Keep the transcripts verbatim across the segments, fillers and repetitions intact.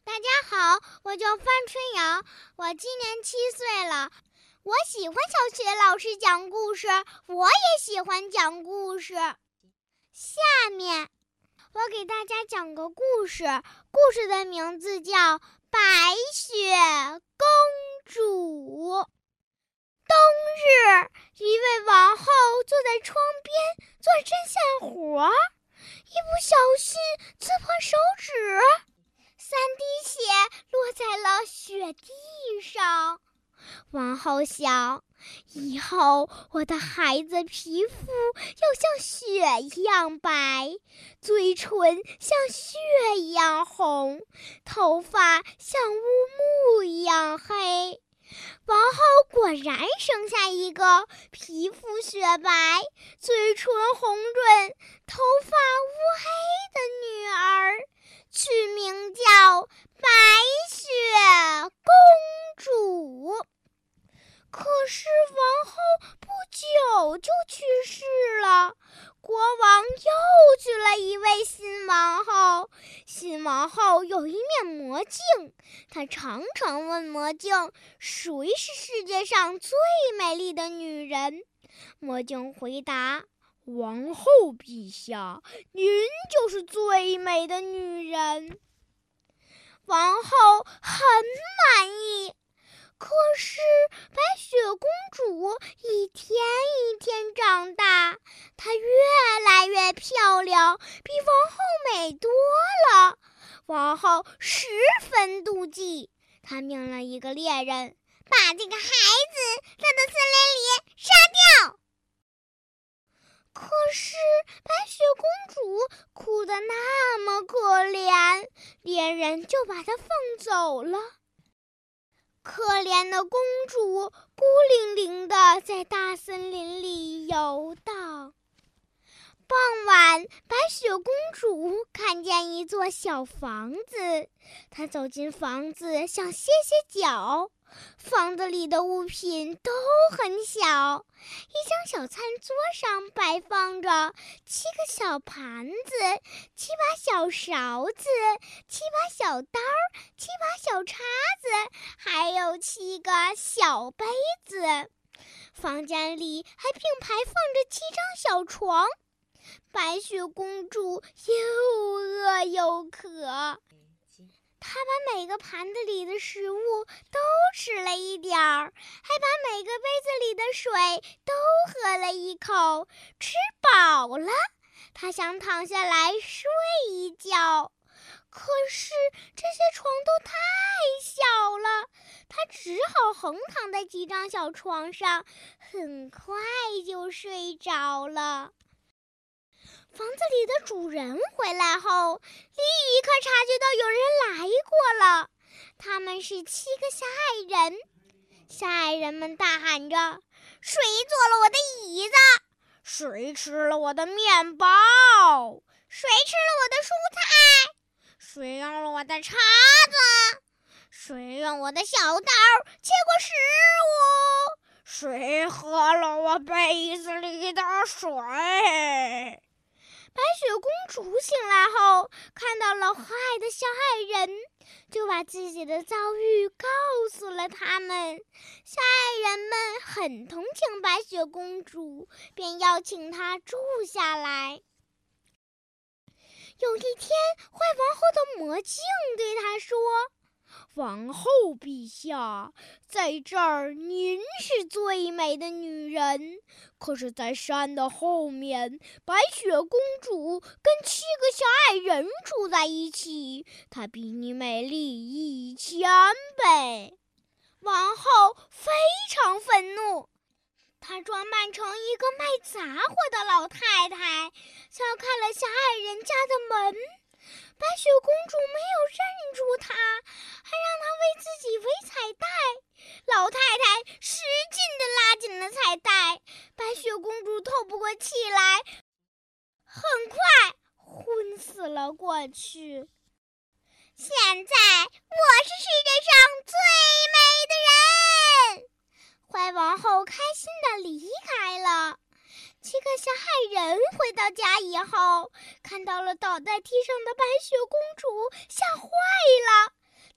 大家好，我叫范春瑶，我今年七岁了。我喜欢小学老师讲故事，我也喜欢讲故事。下面我给大家讲个故事，故事的名字叫《白雪公主》。冬日，一位王后坐在窗边做针线活，一不小心刺破手指，三滴血落在了雪地上。王后想，以后我的孩子皮肤要像雪一样白，嘴唇像雪一样红，头发像乌木一样黑。王后果然生下一个皮肤雪白、嘴唇红润、头发乌黑的女儿，取名叫白雪公主。可是王后不久就去世了，国王又娶了一位新王后。新王后有一面魔镜，她常常问魔镜，谁是世界上最美丽的女人？魔镜回答，王后陛下，您就是最美的女人。王后很满意。可是白雪公主一天一天长大，她越来越漂亮，比王后美多了。王后十分妒忌，她命了一个猎人，把这个孩子带到森林里杀掉。可是白雪公主哭得那么可怜，猎人就把她放走了。可怜的公主孤零零地在大森林里游荡。傍晚，白雪公主看见一座小房子，她走进房子，想歇歇脚。房子里的物品都很小，一张小餐桌上摆放着七个小盘子、七把小勺子、七把小刀、七把小叉子，还有七个小杯子。房间里还并排放着七张小床。白雪公主又饿又渴，她把每个盘子里的食物都吃了一点儿，还把每个杯子里的水都喝了一口。吃饱了，她想躺下来睡一觉，可是这些床都太小了，她只好横躺在几张小床上，很快就睡着了。房子里的主人回来后，立刻察觉到有人来过了。他们是七个小矮人。小矮人们大喊着，谁坐了我的椅子？谁吃了我的面包？谁吃了我的蔬菜？谁用了我的叉子？谁用我的小刀切过食物？谁喝了我杯子里的水？白雪公主醒来后，看到了坏的小矮人，就把自己的遭遇告诉了他们。小矮人们很同情白雪公主，便邀请她住下来。有一天，坏王后的魔镜对她说，王后陛下，在这儿您是最美的女人，可是在山的后面，白雪公主跟七个小矮人住在一起，她比你美丽一千倍。王后非常愤怒，她装扮成一个卖杂货的老太太，敲开了小矮人家的门。白雪公主没有认出她，还让她为自己围彩带。老太太使劲地拉紧了彩带，白雪公主透不过气来，很快昏死了过去。现在我是世界上最美的人！坏王后开心地离开了。七个小矮人回到家以后，看到了倒在地上的白雪公主，吓坏了。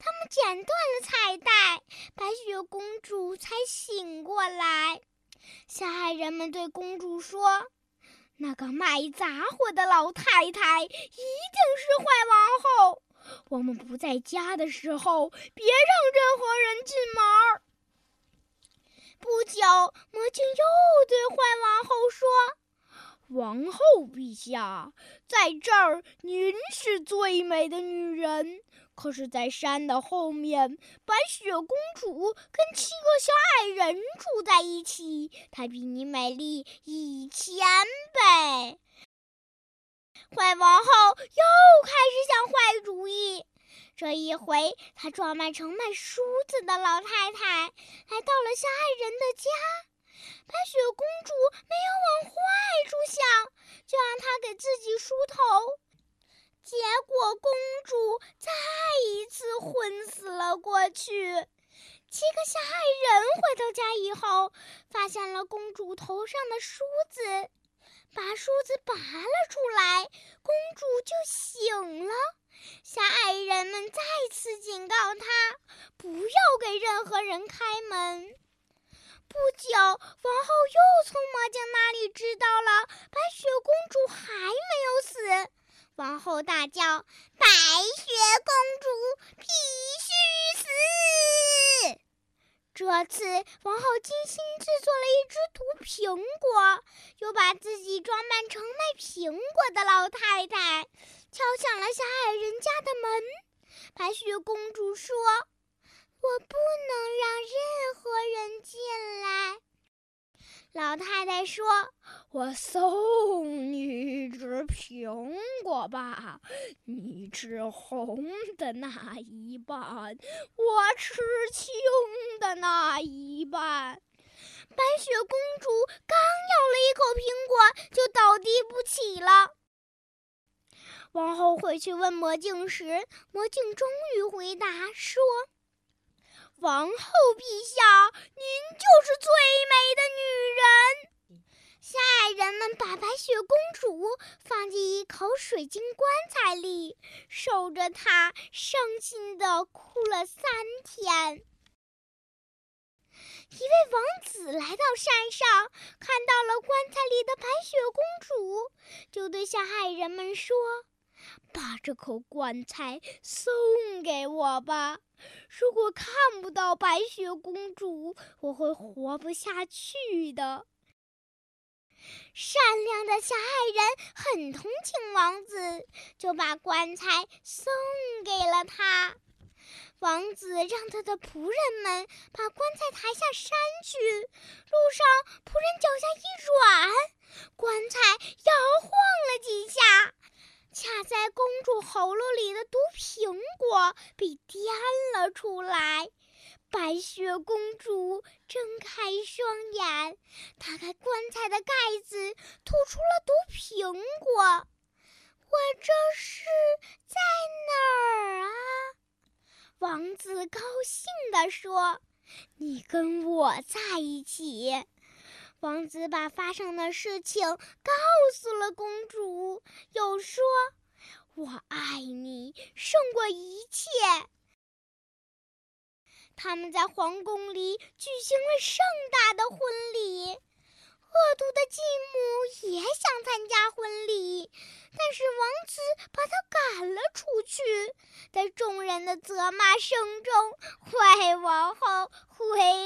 剪断了彩带，白雪公主才醒过来。小矮人们对公主说：“那个卖杂货的老太太一定是坏王后。我们不在家的时候，别让任何人进门。”不久，魔镜又对坏王后说：“王后陛下，在这儿您是最美的女人，可是在山的后面，白雪公主跟七个小矮人住在一起，她比你美丽一千倍。”坏王后又开始想坏主意，这一回她装扮成卖梳子的老太太，来到了小矮人的家。白雪公主没有往坏处想，就让她给自己梳头。结果公主再一次昏死了过去。七个小矮人回到家以后，发现了公主头上的梳子，把梳子拔了出来，公主就醒了。小矮人们再次警告她，不要给任何人开门。不久，王后又从魔镜那里知道了白雪公主还没有死。王后大叫：“白雪公主必须死！”这次，王后精心制作了一只毒苹果，又把自己装扮成卖苹果的老太太，敲响了小矮人家的门。白雪公主说：“我不能让任何人进来。”老太太说：“我送你一只苹果吧，你吃红的那一半，我吃青的那一半。”白雪公主刚咬了一口苹果，就倒地不起了。王后回去问魔镜时，魔镜终于回答说：“王后陛下，您就是最美的女人。”小矮人们把白雪公主放进一口水晶棺材里，守着她，伤心地哭了三天。一位王子来到山上，看到了棺材里的白雪公主，就对小矮人们说：“把这口棺材送给我吧，如果看不到白雪公主，我会活不下去的。”善良的小矮人很同情王子，就把棺材送给了他。王子让他的仆人们把棺材抬下山去，路上仆人脚下一软，棺材摇晃了几下，卡在公主喉咙里的毒苹果被颠了出来。白雪公主睁开双眼，打开棺材的盖子，吐出了毒苹果。我这是在哪儿啊？王子高兴地说：“你跟我在一起。”王子把发生的事情告诉了公主，又说：“我爱你胜过一切。”他们在皇宫里举行了盛大的婚礼。恶毒的继母也想参加婚礼，但是王子把她赶了出去。在众人的责骂声中，坏王后回